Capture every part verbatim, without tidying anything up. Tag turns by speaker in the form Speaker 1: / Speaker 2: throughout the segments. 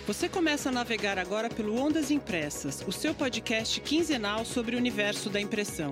Speaker 1: Você começa a navegar agora pelo Ondas Impressas, o seu podcast quinzenal sobre o universo da impressão.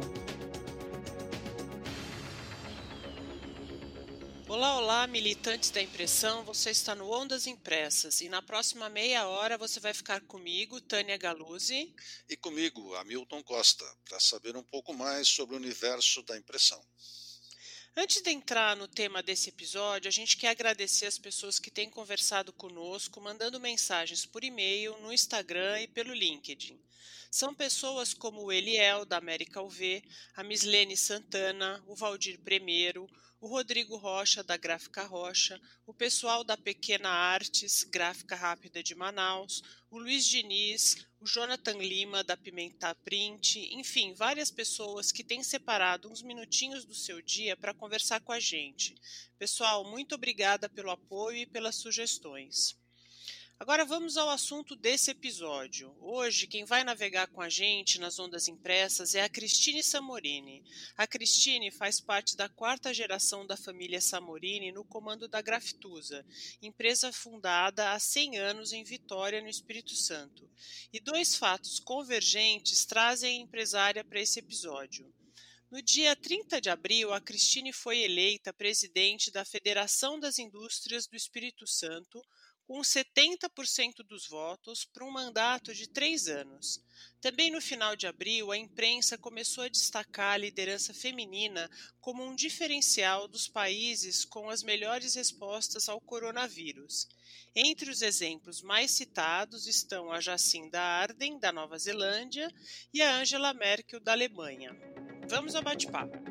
Speaker 1: Olá, olá, militantes da impressão, você está no Ondas Impressas e na próxima meia hora você vai ficar comigo, Tânia Galuzzi.
Speaker 2: E comigo, Hamilton Costa, para saber um pouco mais sobre o universo da impressão.
Speaker 1: Antes de entrar no tema desse episódio, a gente quer agradecer as pessoas que têm conversado conosco, mandando mensagens por e-mail, no Instagram e pelo LinkedIn. São pessoas como o Eliel, da América U V, a Mislene Santana, o Valdir Primeiro, o Rodrigo Rocha, da Gráfica Rocha, o pessoal da Pequena Artes, Gráfica Rápida de Manaus, o Luiz Diniz, o Jonathan Lima, da Pimenta Print, enfim, várias pessoas que têm separado uns minutinhos do seu dia para conversar com a gente. Pessoal, muito obrigada pelo apoio e pelas sugestões. Agora vamos ao assunto desse episódio. Hoje, quem vai navegar com a gente nas Ondas Impressas é a Cristine Samorini. A Cristine faz parte da quarta geração da família Samorini no comando da Grafitusa, empresa fundada há cem anos em Vitória, no Espírito Santo. E dois fatos convergentes trazem a empresária para esse episódio. No dia trinta de abril, a Cristine foi eleita presidente da Federação das Indústrias do Espírito Santo, com setenta por cento dos votos, para um mandato de três anos. Também no final de abril, a imprensa começou a destacar a liderança feminina como um diferencial dos países com as melhores respostas ao coronavírus. Entre os exemplos mais citados estão a Jacinda Ardern, da Nova Zelândia, e a Angela Merkel, da Alemanha. Vamos ao bate-papo.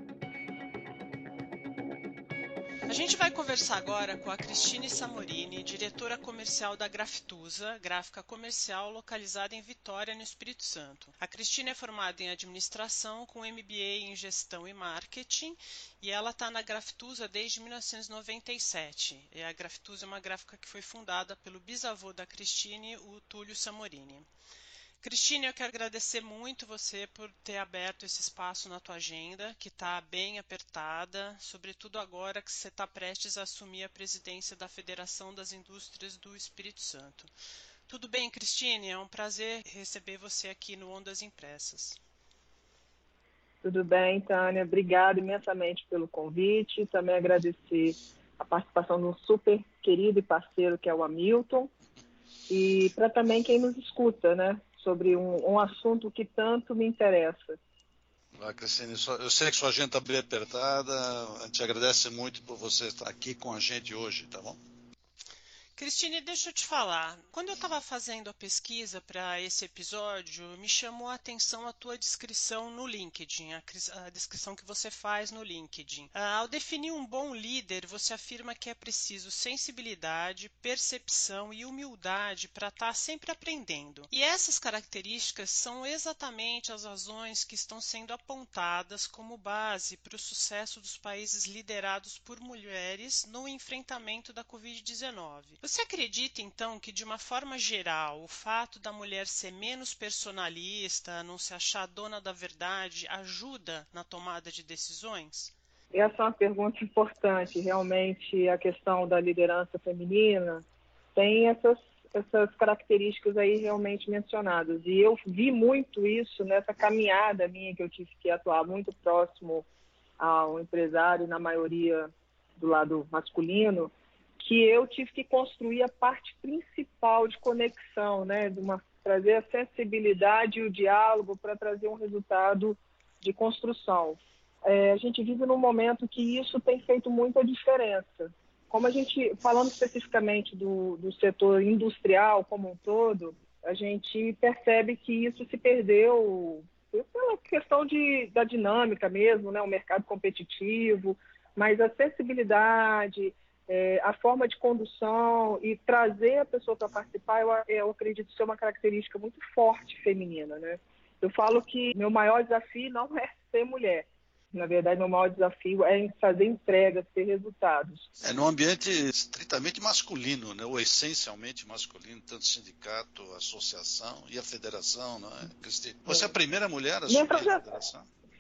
Speaker 1: A gente vai conversar agora com a Cristine Samorini, diretora comercial da Grafitusa, gráfica comercial localizada em Vitória, no Espírito Santo. A Cristine é formada em administração com M B A em gestão e marketing e ela está na Grafitusa desde mil novecentos e noventa e sete. E a Grafitusa é uma gráfica que foi fundada pelo bisavô da Cristine, o Túlio Samorini. Cristine, eu quero agradecer muito você por ter aberto esse espaço na tua agenda, que está bem apertada, sobretudo agora que você está prestes a assumir a presidência da Federação das Indústrias do Espírito Santo. Tudo bem, Cristine? É um prazer receber você aqui no Ondas Impressas.
Speaker 3: Tudo bem, Tânia. Obrigada imensamente pelo convite. Também agradecer a participação de um super querido e parceiro que é o Hamilton. E para também quem nos escuta, né? Sobre um, um assunto que tanto me interessa.
Speaker 2: Ah, Cristine, eu sei que sua agenda está bem apertada, a gente agradece muito por você estar aqui com a gente hoje, tá bom?
Speaker 1: Cristine, deixa eu te falar. Quando eu estava fazendo a pesquisa para esse episódio, me chamou a atenção a tua descrição no LinkedIn, a, a descrição que você faz no LinkedIn. Ah, ao definir um bom líder, você afirma que é preciso sensibilidade, percepção e humildade para estar sempre aprendendo. E essas características são exatamente as razões que estão sendo apontadas como base para o sucesso dos países liderados por mulheres no enfrentamento da covid dezenove. Você acredita, então, que, de uma forma geral, o fato da mulher ser menos personalista, não se achar dona da verdade, ajuda na tomada de decisões?
Speaker 3: Essa é uma pergunta importante. Realmente, a questão da liderança feminina tem essas, essas características aí realmente mencionadas. E eu vi muito isso nessa caminhada minha, que eu tive que atuar muito próximo ao empresário, na maioria do lado masculino, que eu tive que construir a parte principal de conexão, né, de uma, trazer a sensibilidade e o diálogo para trazer um resultado de construção. É, a gente vive num momento que isso tem feito muita diferença. Como a gente, falando especificamente do, do setor industrial como um todo, a gente percebe que isso se perdeu pela questão de, da dinâmica mesmo, né, o mercado competitivo, mas a sensibilidade, É, a forma de condução e trazer a pessoa para participar, eu, eu acredito ser uma característica muito forte feminina, né? Eu falo que meu maior desafio não é ser mulher. Na verdade, meu maior desafio é fazer entregas, ter resultados.
Speaker 2: É num ambiente estritamente masculino, né? Ou essencialmente masculino, tanto sindicato, associação e a federação, não é, Cristine? Você é a primeira mulher a assumir a federação?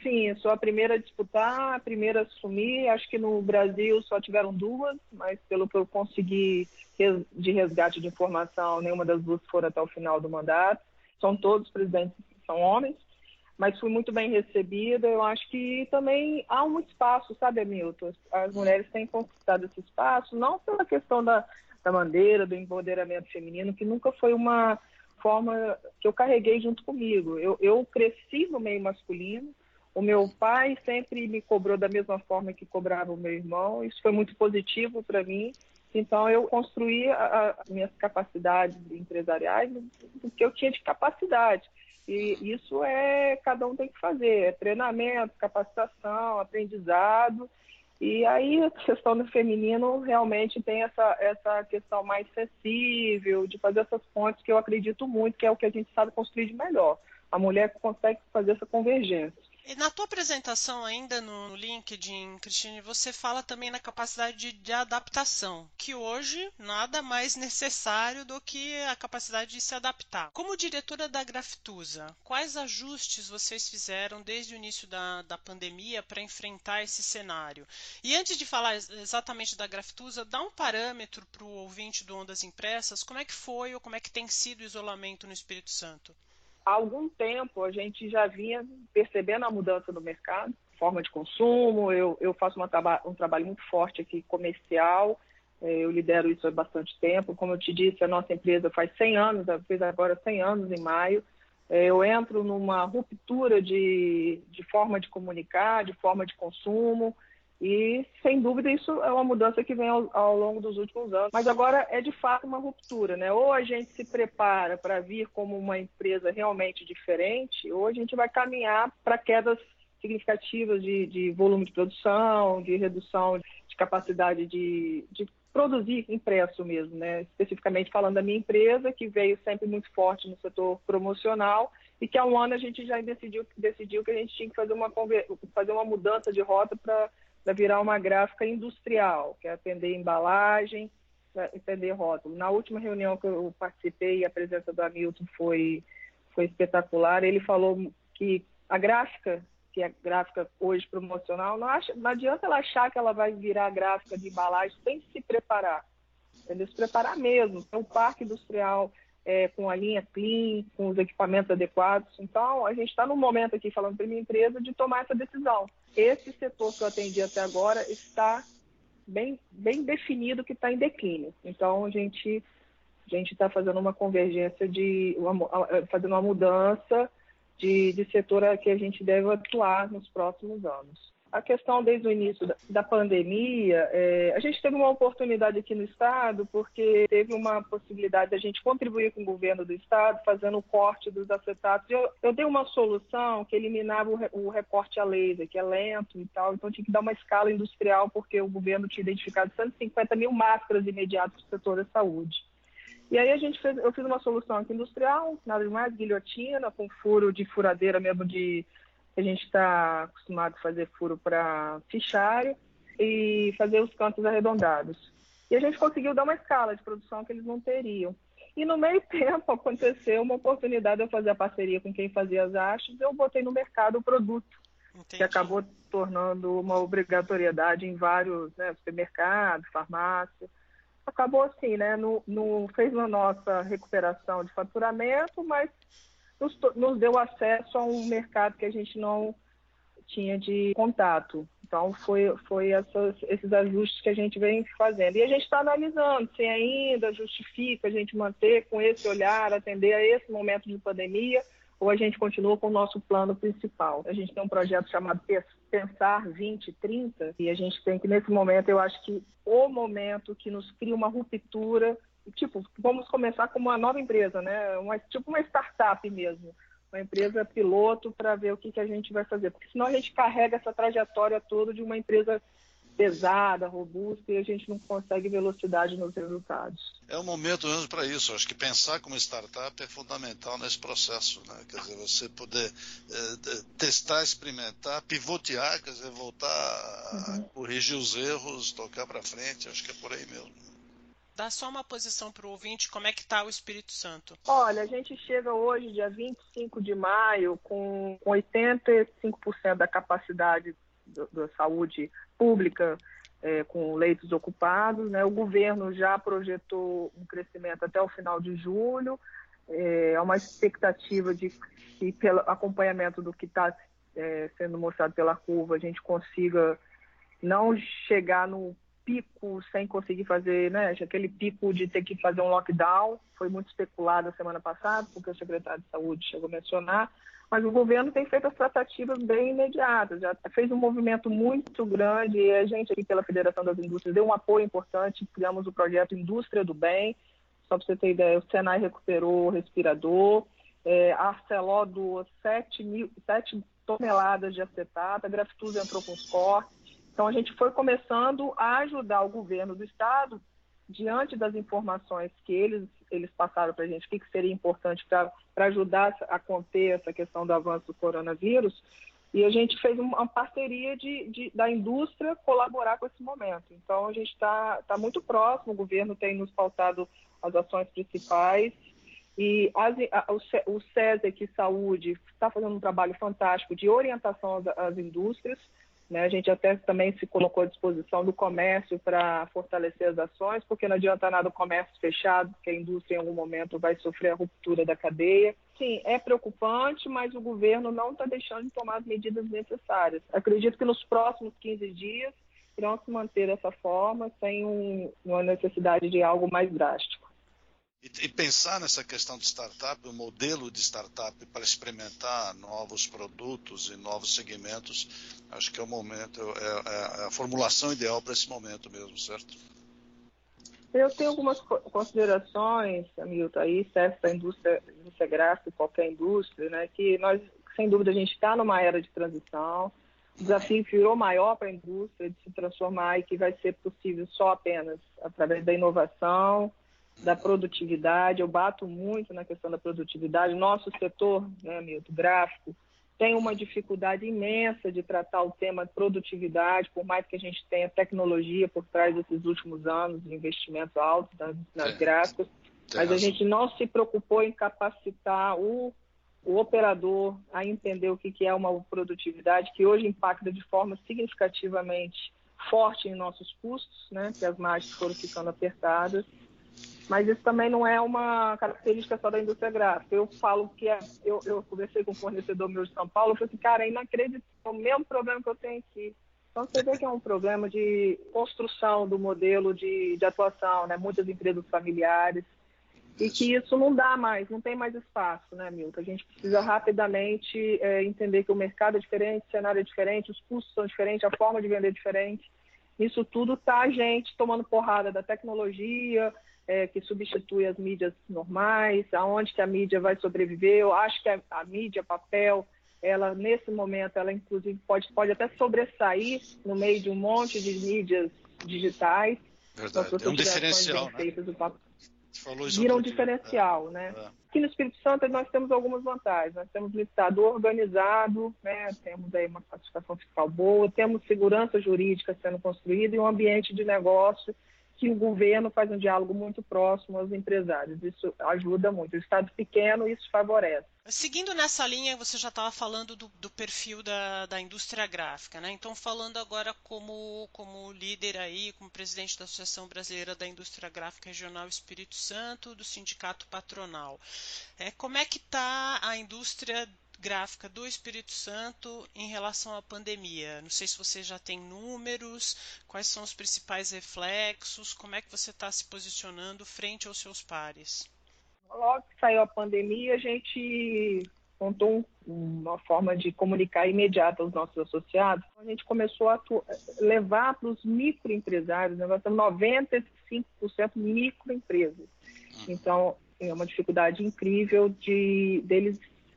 Speaker 3: sim, sou a primeira a disputar, a primeira a assumir. Acho que no Brasil só tiveram duas, mas pelo que eu consegui de resgate de informação, nenhuma das duas foram até o final do mandato. São todos presidentes, são homens, mas fui muito bem recebida. Eu acho que também há um espaço, sabe, Hamilton? As mulheres têm conquistado esse espaço, não pela questão da, da bandeira, do empoderamento feminino, que nunca foi uma forma que eu carreguei junto comigo. Eu, eu cresci no meio masculino, o meu pai sempre me cobrou da mesma forma que cobrava o meu irmão, isso foi muito positivo para mim. Então, eu construí as minhas capacidades empresariais do que eu tinha de capacidade. E isso é, cada um tem que fazer, é treinamento, capacitação, aprendizado. E aí a questão do feminino realmente tem essa, essa questão mais sensível, de fazer essas pontes que eu acredito muito, que é o que a gente sabe construir de melhor. A mulher consegue fazer essa convergência.
Speaker 1: E na tua apresentação ainda no LinkedIn, Cristine, você fala também na capacidade de, de adaptação, que hoje nada mais necessário do que a capacidade de se adaptar. Como diretora da Grafitusa, quais ajustes vocês fizeram desde o início da, da pandemia para enfrentar esse cenário? E antes de falar exatamente da Grafitusa, dá um parâmetro para o ouvinte do Ondas Impressas, como é que foi ou como é que tem sido o isolamento no Espírito Santo?
Speaker 3: Há algum tempo a gente já vinha percebendo a mudança do mercado, forma de consumo. Eu, eu faço uma traba- um trabalho muito forte aqui comercial, eu lidero isso há bastante tempo. Como eu te disse, a nossa empresa faz cem anos, fez agora cem anos em maio. Eu entro numa ruptura de, de forma de comunicar, de forma de consumo. E, sem dúvida, isso é uma mudança que vem ao, ao longo dos últimos anos. Mas agora é, de fato, uma ruptura, né? Ou a gente se prepara para vir como uma empresa realmente diferente, ou a gente vai caminhar para quedas significativas de, de volume de produção, de redução de capacidade de, de produzir impresso mesmo, né? Especificamente falando da minha empresa, que veio sempre muito forte no setor promocional, e que há um ano a gente já decidiu, decidiu que a gente tinha que fazer uma, fazer uma mudança de rota para para virar uma gráfica industrial, que é atender embalagem, atender rótulo. Na última reunião que eu participei, a presença do Hamilton foi, foi espetacular. Ele falou que a gráfica, que é gráfica hoje promocional, não, acha, não adianta ela achar que ela vai virar gráfica de embalagem sem se preparar. Entendeu? Se preparar mesmo. Tem um parque industrial é, com a linha clean, com os equipamentos adequados. Então, a gente está num momento aqui, falando para a minha empresa, de tomar essa decisão. Esse setor que eu atendi até agora está bem, bem definido que está em declínio. Então, a gente a gente está fazendo uma convergência, de uma, fazendo uma mudança de, de setor que a gente deve atuar nos próximos anos. A questão desde o início da, da pandemia, é, a gente teve uma oportunidade aqui no Estado, porque teve uma possibilidade de a gente contribuir com o governo do Estado, fazendo o corte dos acetatos. Eu, eu dei uma solução que eliminava o, o recorte a laser, que é lento e tal, então tinha que dar uma escala industrial, porque o governo tinha identificado cento e cinquenta mil máscaras imediatas para o setor da saúde. E aí a gente fez, eu fiz uma solução aqui industrial, nada mais, guilhotina, com furo de furadeira mesmo de... A gente está acostumado a fazer furo para fichário e fazer os cantos arredondados. E a gente conseguiu dar uma escala de produção que eles não teriam. E no meio tempo aconteceu uma oportunidade de eu fazer a parceria com quem fazia as hastes, eu botei no mercado o produto, Entendi. Que acabou tornando uma obrigatoriedade em vários, né, supermercados, farmácias. Acabou assim, né? No, no, fez a nossa recuperação de faturamento, mas Nos, nos deu acesso a um mercado que a gente não tinha de contato. Então, foi, foi essas, esses ajustes que a gente vem fazendo. E a gente está analisando se ainda justifica a gente manter com esse olhar, atender a esse momento de pandemia, ou a gente continua com o nosso plano principal. A gente tem um projeto chamado Pensar vinte trinta, e a gente tem que, nesse momento, eu acho que o momento que nos cria uma ruptura. Tipo, vamos começar como uma nova empresa, né? Uma, tipo uma startup mesmo, uma empresa piloto para ver o que, que a gente vai fazer. Porque senão a gente carrega essa trajetória toda de uma empresa pesada, robusta, e a gente não consegue velocidade nos resultados.
Speaker 2: É o momento mesmo para isso. Acho que pensar como startup é fundamental nesse processo, né? Quer dizer, você poder é, testar, experimentar, pivotear, quer dizer, voltar uhum. a corrigir os erros, tocar para frente. Acho que é por aí mesmo.
Speaker 1: Dá só uma posição para o ouvinte, como é que está o Espírito Santo?
Speaker 3: Olha, a gente chega hoje, dia vinte e cinco de maio, com oitenta e cinco por cento da capacidade do, da saúde pública, é, com leitos ocupados, né? O governo já projetou um crescimento até o final de julho, é uma expectativa de que, pelo acompanhamento do que está é, sendo mostrado pela curva, a gente consiga não chegar no pico sem conseguir fazer, né, aquele pico de ter que fazer um lockdown, foi muito especulado a semana passada, porque o secretário de Saúde chegou a mencionar, mas o governo tem feito as tratativas bem imediatas, já fez um movimento muito grande, e a gente aqui pela Federação das Indústrias deu um apoio importante, criamos o projeto Indústria do Bem, só para você ter ideia, o Senai recuperou o respirador, é, a Arcelor doou sete toneladas de acetato, a Grafitus entrou com os cortes. Então, a gente foi começando a ajudar o governo do estado, diante das informações que eles, eles passaram para a gente, o que, que seria importante para ajudar a conter essa questão do avanço do coronavírus, e a gente fez uma parceria de, de, da indústria colaborar com esse momento. Então, a gente está tá muito próximo, o governo tem nos pautado as ações principais, e as, a, o SESEC Saúde está fazendo um trabalho fantástico de orientação às, às indústrias, né? A gente até também se colocou à disposição do comércio para fortalecer as ações, porque não adianta nada o comércio fechado, porque a indústria em algum momento vai sofrer a ruptura da cadeia. Sim, é preocupante, mas o governo não está deixando de tomar as medidas necessárias. Acredito que nos próximos quinze dias irão se manter dessa forma, sem um, uma necessidade de algo mais drástico.
Speaker 2: E, e pensar nessa questão de startup, o modelo de startup para experimentar novos produtos e novos segmentos, acho que é o momento, é, é a formulação ideal para esse momento mesmo, certo?
Speaker 3: Eu tenho algumas considerações, Hamilton, aí serve para a indústria, indústria gráfica, qualquer indústria, né, que nós, sem dúvida, a gente está numa era de transição, o desafio virou maior para a indústria de se transformar e que vai ser possível só apenas através da inovação, da produtividade. Eu bato muito na questão da produtividade. Nosso setor, né, Milton, gráfico, tem uma dificuldade imensa de tratar o tema produtividade, por mais que a gente tenha tecnologia por trás desses últimos anos, de investimentos altos nas, nas gráficas, mas a gente não se preocupou em capacitar o, o operador a entender o que, que é uma produtividade, que hoje impacta de forma significativamente forte em nossos custos, né, que as margens foram ficando apertadas. Mas isso também não é uma característica só da indústria gráfica. Eu falo que é, eu, eu conversei com um fornecedor meu de São Paulo, eu falei assim, cara, é inacreditável, é o mesmo problema que eu tenho aqui. Então você vê que é um problema de construção do modelo de, de atuação, né? Muitas empresas familiares, e que isso não dá mais, não tem mais espaço, né, Milton? A gente precisa rapidamente é, entender que o mercado é diferente, o cenário é diferente, os custos são diferentes, a forma de vender é diferente. Isso tudo está a gente tomando porrada da tecnologia, É, que substitui as mídias normais, aonde que a mídia vai sobreviver. Eu acho que a, a mídia, papel, ela nesse momento, ela inclusive pode, pode até sobressair no meio de um monte de mídias digitais.
Speaker 2: Verdade, então, é um diferencial, né?
Speaker 3: Feitas, o papel,
Speaker 2: falou isso
Speaker 3: viram um
Speaker 2: dia.
Speaker 3: diferencial,
Speaker 2: é.
Speaker 3: né?
Speaker 2: É.
Speaker 3: Aqui no Espírito Santo nós temos algumas vantagens. Nós temos licitador organizado, né? Temos aí uma classificação fiscal boa, temos segurança jurídica sendo construída e um ambiente de negócio que o governo faz um diálogo muito próximo aos empresários. Isso ajuda muito. O estado pequeno, isso favorece.
Speaker 1: Seguindo nessa linha, você já estava falando do, do perfil da, da indústria gráfica, né? Então, falando agora como, como líder aí, como presidente da Associação Brasileira da Indústria Gráfica Regional Espírito Santo, do Sindicato Patronal. É, como é que está a indústria gráfica do Espírito Santo em relação à pandemia? Não sei se você já tem números, quais são os principais reflexos, como é que você está se posicionando frente aos seus pares?
Speaker 3: Logo que saiu a pandemia, a gente montou uma forma de comunicar imediata aos nossos associados. A gente começou a levar para os microempresários, né? Nós temos noventa e cinco por cento microempresas. Então, é uma dificuldade incrível de deles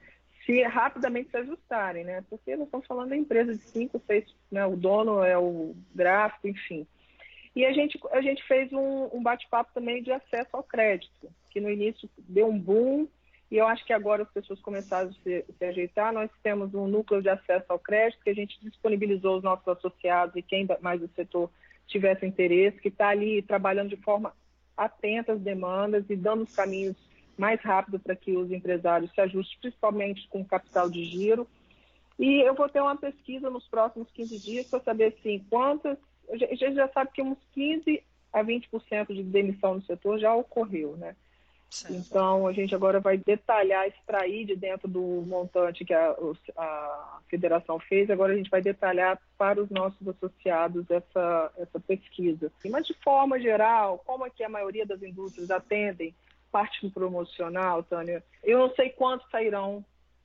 Speaker 3: se rapidamente se ajustarem, né? Porque nós estamos falando de empresas de cinco, seis, né? O dono é o gráfico, enfim. E a gente, a gente fez um, um bate-papo também de acesso ao crédito, que no início deu um boom, e eu acho que agora as pessoas começaram a se, se ajeitar. Nós temos um núcleo de acesso ao crédito, que a gente disponibilizou aos nossos associados e quem mais do setor tivesse interesse, que está ali trabalhando de forma atenta às demandas e dando os caminhos mais rápido para que os empresários se ajustem, principalmente com capital de giro. E eu vou ter uma pesquisa nos próximos quinze dias para saber assim, quantas... A gente já sabe que uns quinze a vinte por cento de demissão no setor já ocorreu, né? Certo. Então, a gente agora vai detalhar, extrair de dentro do montante que a, a federação fez, agora a gente vai detalhar para os nossos associados essa, essa pesquisa. Mas, de forma geral, como é que a maioria das indústrias atendem parte promocional, Tânia, eu não sei quantos sairão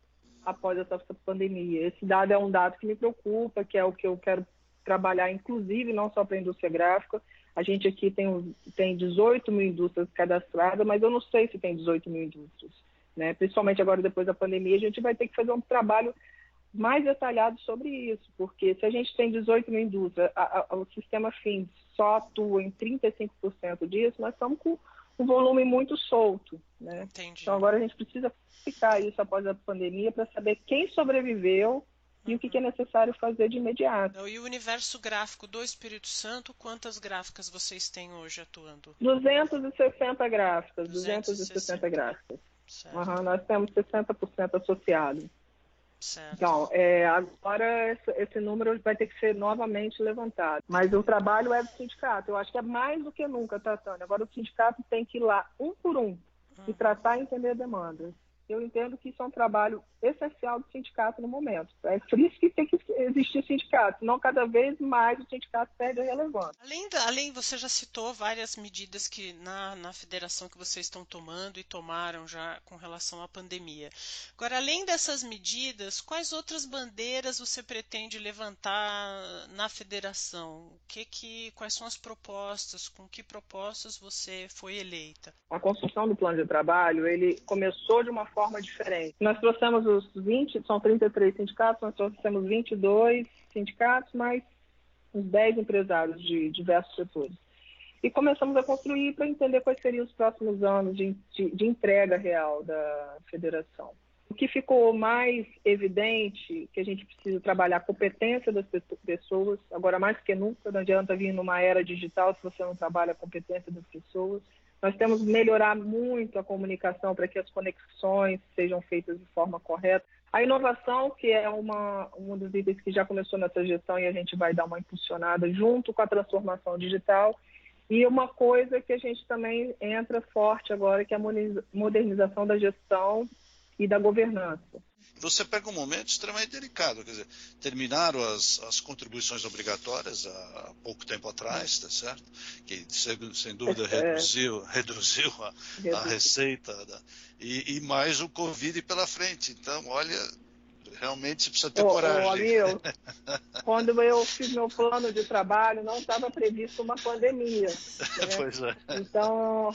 Speaker 3: após essa pandemia. Esse dado é um dado que me preocupa, que é o que eu quero trabalhar, inclusive, não só para a indústria gráfica. A gente aqui tem, tem dezoito mil indústrias cadastradas, mas eu não sei se tem dezoito mil indústrias, né? Principalmente agora, depois da pandemia, a gente vai ter que fazer um trabalho mais detalhado sobre isso, porque se a gente tem dezoito mil indústrias, a, a, o sistema Fins só atua em trinta e cinco por cento disso, nós estamos com um volume muito solto, né?
Speaker 1: Entendi.
Speaker 3: Então agora a gente precisa ficar isso após a pandemia para saber quem sobreviveu e o que, que é necessário fazer de imediato.
Speaker 1: E o universo gráfico do Espírito Santo, quantas gráficas vocês têm hoje atuando?
Speaker 3: duzentas e sessenta gráficas,
Speaker 1: duzentas e sessenta,
Speaker 3: duzentas e sessenta gráficas.
Speaker 1: Uhum,
Speaker 3: nós temos sessenta por cento associados.
Speaker 1: Certo.
Speaker 3: Então, é, agora esse, esse número vai ter que ser novamente levantado. Mas o trabalho é do sindicato. Eu acho que é mais do que nunca, tá, Tânia? Agora o sindicato tem que ir lá, um por um, e tratar e entender a demanda. Eu entendo que isso é um trabalho essencial do sindicato no momento. É por isso que tem que existir sindicato, senão cada vez mais o sindicato perde a relevância.
Speaker 1: Além, da, além, você já citou várias medidas que na, na federação que vocês estão tomando e tomaram já com relação à pandemia. Agora, além dessas medidas, quais outras bandeiras você pretende levantar na federação? O que que, quais são as propostas? Com que propostas você foi eleita?
Speaker 3: A construção do plano de trabalho, ele começou de uma forma forma diferente. Nós trouxemos os vinte, são trinta e três sindicatos, nós trouxemos vinte e dois sindicatos, mais uns dez empresários de diversos setores. E começamos a construir para entender quais seriam os próximos anos de, de, de entrega real da federação. O que ficou mais evidente, que a gente precisa trabalhar a competência das pessoas, agora mais que nunca, não adianta vir numa era digital se você não trabalha a competência das pessoas. Nós temos que melhorar muito a comunicação para que as conexões sejam feitas de forma correta. A inovação, que é uma, um dos itens que já começou nessa gestão e a gente vai dar uma impulsionada junto com a transformação digital. E uma coisa que a gente também entra forte agora, que é a modernização da gestão e da governança.
Speaker 2: Você pega um momento extremamente delicado, quer dizer, terminaram as, as contribuições obrigatórias há pouco tempo atrás, tá certo? Que sem dúvida reduziu, reduziu a, a receita da, e, e mais o Covid pela frente. Então, olha, realmente precisa ter
Speaker 3: ô,
Speaker 2: coragem.
Speaker 3: Ô, Amil, quando eu fiz meu plano de trabalho, não estava previsto uma pandemia. Né?
Speaker 2: Pois é.
Speaker 3: Então,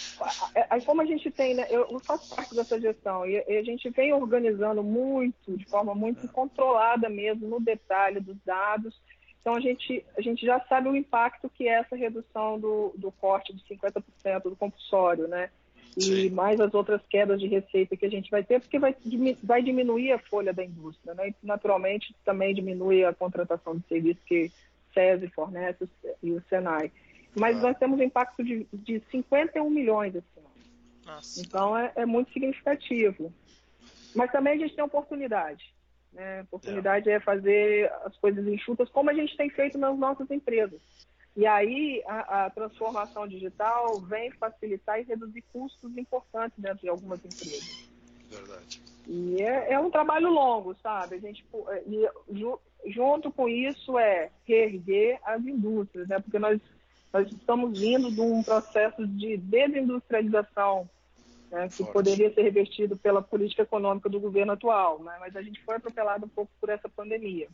Speaker 3: aí como a gente tem, né, eu faço parte dessa gestão e a gente vem organizando muito, de forma muito é. controlada mesmo, no detalhe dos dados. Então, a gente, a gente já sabe o impacto que é essa redução do, do corte de cinquenta por cento do compulsório, né? E Sim. mais as outras quedas de receita que a gente vai ter, porque vai, vai diminuir a folha da indústria, né? E, naturalmente, também diminui a contratação de serviços que o SESI fornece e o Senai. Mas ah. nós temos um impacto de, de cinquenta e um milhões esse ano. Nossa. Então, é, é muito significativo. Mas também a gente tem oportunidade. Né? A oportunidade é. é fazer as coisas enxutas, como a gente tem feito nas nossas empresas. E aí a, a transformação digital vem facilitar e reduzir custos importantes dentro de algumas empresas.
Speaker 2: Verdade.
Speaker 3: E é, é um trabalho longo, sabe? A gente, e, ju, junto com isso é reerguer as indústrias, né? Porque nós, nós estamos vindo de um processo de desindustrialização, né? Que Forte. Poderia ser revertido pela política econômica do governo atual, né? Mas a gente foi atropelado um pouco por essa pandemia.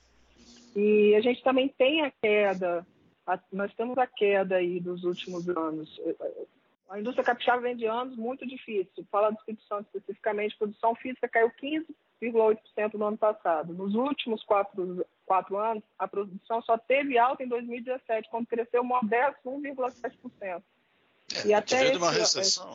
Speaker 3: E a gente também tem a queda... Nós temos a queda aí dos últimos anos. A indústria capixaba vem de anos muito difíceis. Falar do Espírito Santo especificamente, a produção física caiu quinze vírgula oito por cento no ano passado. Nos últimos quatro, quatro anos, a produção só teve alta em dois mil e dezessete, quando cresceu modesto um vírgula sete por cento.
Speaker 2: É, e até esse, uma recessão.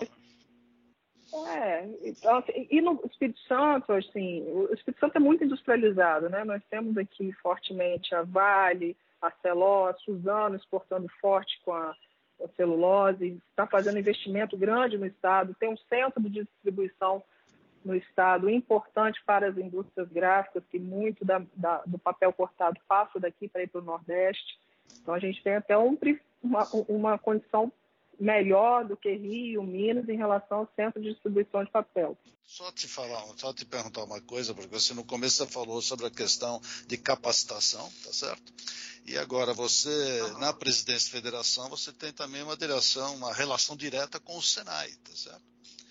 Speaker 3: É, então, assim, e no Espírito Santo, assim, o Espírito Santo é muito industrializado, né? Nós temos aqui fortemente a Vale, a Celó, a Suzano exportando forte com a, a celulose, está fazendo investimento grande no Estado, tem um centro de distribuição no Estado importante para as indústrias gráficas, que muito da, da, do papel cortado passa daqui para ir para o Nordeste. Então, a gente tem até um, uma, uma condição melhor do que Rio, Minas, em relação ao centro de distribuição de papel.
Speaker 2: Só te falar, só te perguntar uma coisa, porque você no começo você falou sobre a questão de capacitação, tá certo? E agora você, na presidência da federação, você tem também uma direção, uma relação direta com o Senai, tá certo?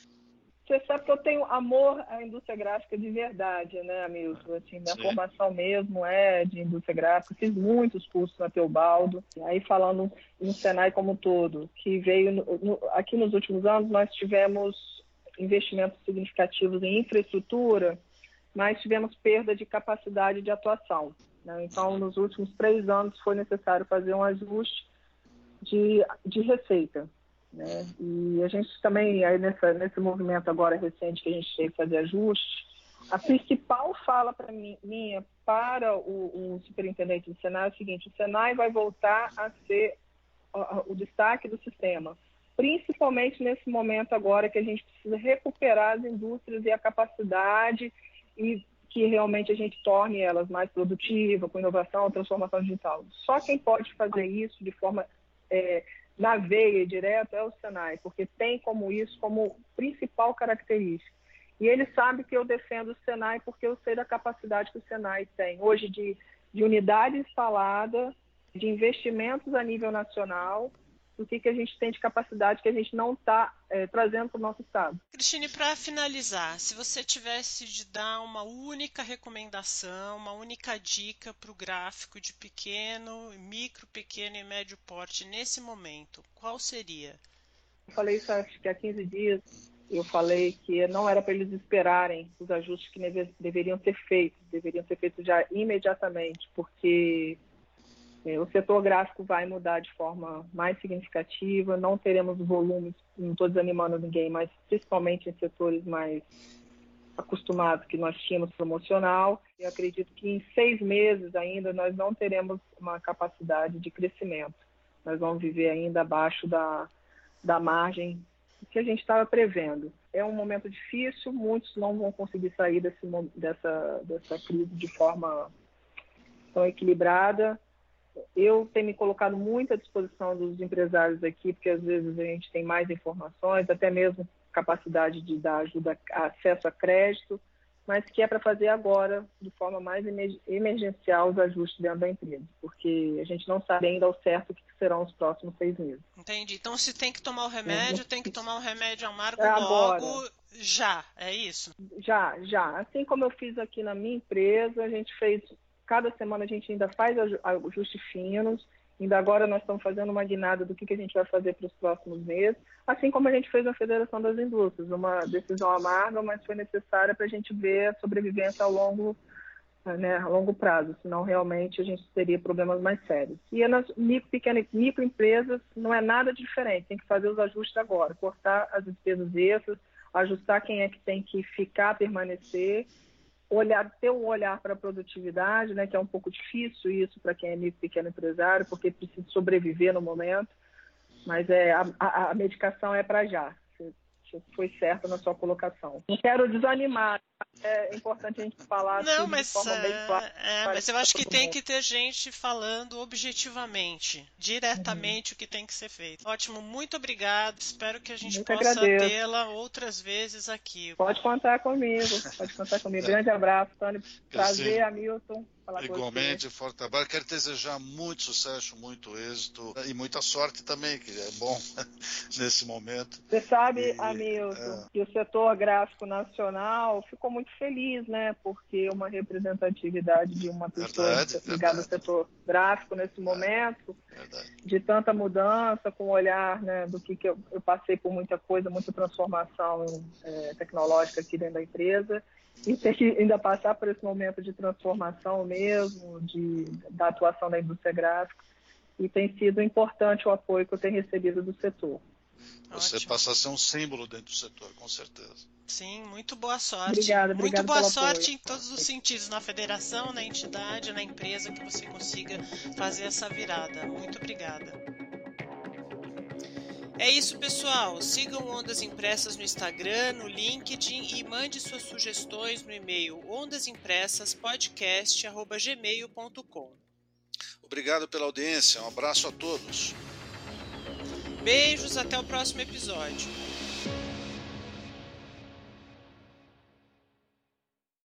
Speaker 3: Você sabe que eu tenho amor à indústria gráfica de verdade, né, Hamilton? Assim, minha Sim. formação mesmo é de indústria gráfica, fiz muitos cursos na Teobaldo. Aí falando no Senai como um todo, que veio no, no, aqui nos últimos anos nós tivemos investimentos significativos em infraestrutura, mas tivemos perda de capacidade de atuação, né? Então, nos últimos três anos foi necessário fazer um ajuste de, de receita. Né? E a gente também, aí nessa, nesse movimento agora recente que a gente teve que fazer ajuste, a principal fala para mim, minha para o, o superintendente do Senai é o seguinte: o Senai vai voltar a ser o, o destaque do sistema, principalmente nesse momento agora que a gente precisa recuperar as indústrias e a capacidade e que realmente a gente torne elas mais produtivas, com inovação, transformação digital. Só quem pode fazer isso de forma é, na veia direto é o Senai, porque tem como isso como principal característica. E ele sabe que eu defendo o Senai porque eu sei da capacidade que o Senai tem hoje de, de unidade instalada, de investimentos a nível nacional, do que, que a gente tem de capacidade que a gente não está é, trazendo para o nosso estado.
Speaker 1: Cristine, para finalizar, se você tivesse de dar uma única recomendação, uma única dica para o gráfico de pequeno, micro, pequeno e médio porte nesse momento, qual seria?
Speaker 3: Eu falei isso acho que há quinze dias, eu falei que não era para eles esperarem os ajustes que deve, deveriam ser feitos, deveriam ser feitos já imediatamente, porque o setor gráfico vai mudar de forma mais significativa, não teremos volumes, não estou desanimando ninguém, mas principalmente em setores mais acostumados que nós tínhamos promocional. Eu acredito que em seis meses ainda nós não teremos uma capacidade de crescimento. Nós vamos viver ainda abaixo da, da margem que a gente estava prevendo. É um momento difícil, muitos não vão conseguir sair desse, dessa, dessa crise de forma tão equilibrada. Eu tenho me colocado muito à disposição dos empresários aqui, porque às vezes a gente tem mais informações, até mesmo capacidade de dar ajuda, acesso a crédito, mas que é para fazer agora, de forma mais emergencial, os ajustes dentro da empresa, porque a gente não sabe ainda ao certo o que serão os próximos seis meses.
Speaker 1: Entendi. Então, se tem que tomar o remédio, é, tem que tomar o remédio amargo
Speaker 3: agora,
Speaker 1: logo, já, é isso?
Speaker 3: Já, já. Assim como eu fiz aqui na minha empresa, a gente fez... Cada semana a gente ainda faz ajustes finos, ainda agora nós estamos fazendo uma guinada do que, que a gente vai fazer para os próximos meses, assim como a gente fez na Federação das Indústrias, uma decisão amarga, mas foi necessária para a gente ver a sobrevivência ao longo, né, a longo prazo, senão realmente a gente teria problemas mais sérios. E nas micro, pequenas microempresas não é nada diferente, tem que fazer os ajustes agora, cortar as despesas extras, ajustar quem é que tem que ficar, permanecer, olhar, ter um olhar para a produtividade, né, que é um pouco difícil isso para quem é micro e pequeno empresário, porque precisa sobreviver no momento, mas é, a, a, a medicação é para já. Você, você foi certa na sua colocação. Não quero desanimar, é importante a gente falar
Speaker 1: Não,
Speaker 3: assim,
Speaker 1: mas,
Speaker 3: de forma bem clara.
Speaker 1: É, mas eu acho que tem que ter gente falando objetivamente, diretamente uhum. o que tem que ser feito. Ótimo, muito obrigado. Espero que a gente muito possa tê-la outras vezes aqui.
Speaker 3: Pode contar comigo, pode contar comigo. Grande abraço, Tony. Prazer, Hamilton.
Speaker 2: Igualmente, forte trabalho. Quero desejar muito sucesso, muito êxito e muita sorte também, que é bom nesse momento.
Speaker 3: Você sabe, e, Hamilton, é... que o setor gráfico nacional ficou muito feliz, né? Porque uma representatividade de uma pessoa verdade, ligada verdade. ao setor gráfico nesse momento, verdade. de tanta mudança, com o olhar, né, do que, que eu, eu passei por muita coisa, muita transformação é, tecnológica aqui dentro da empresa. E ter que ainda passar por esse momento de transformação mesmo, de, da atuação da indústria gráfica, e tem sido importante o apoio que eu tenho recebido do setor.
Speaker 2: Você Ótimo. passa a ser um símbolo dentro do setor, com certeza.
Speaker 1: Sim, muito boa sorte.
Speaker 3: Obrigada,
Speaker 1: muito boa sorte
Speaker 3: apoio.
Speaker 1: em todos os sentidos, na federação, na entidade, na empresa, que você consiga fazer essa virada. Muito obrigada. É isso, pessoal. Sigam Ondas Impressas no Instagram, no LinkedIn e mande suas sugestões no e-mail ondasimpressaspodcast arroba gmail ponto com.
Speaker 2: Obrigado pela audiência. Um abraço a todos.
Speaker 1: Beijos, até o próximo episódio.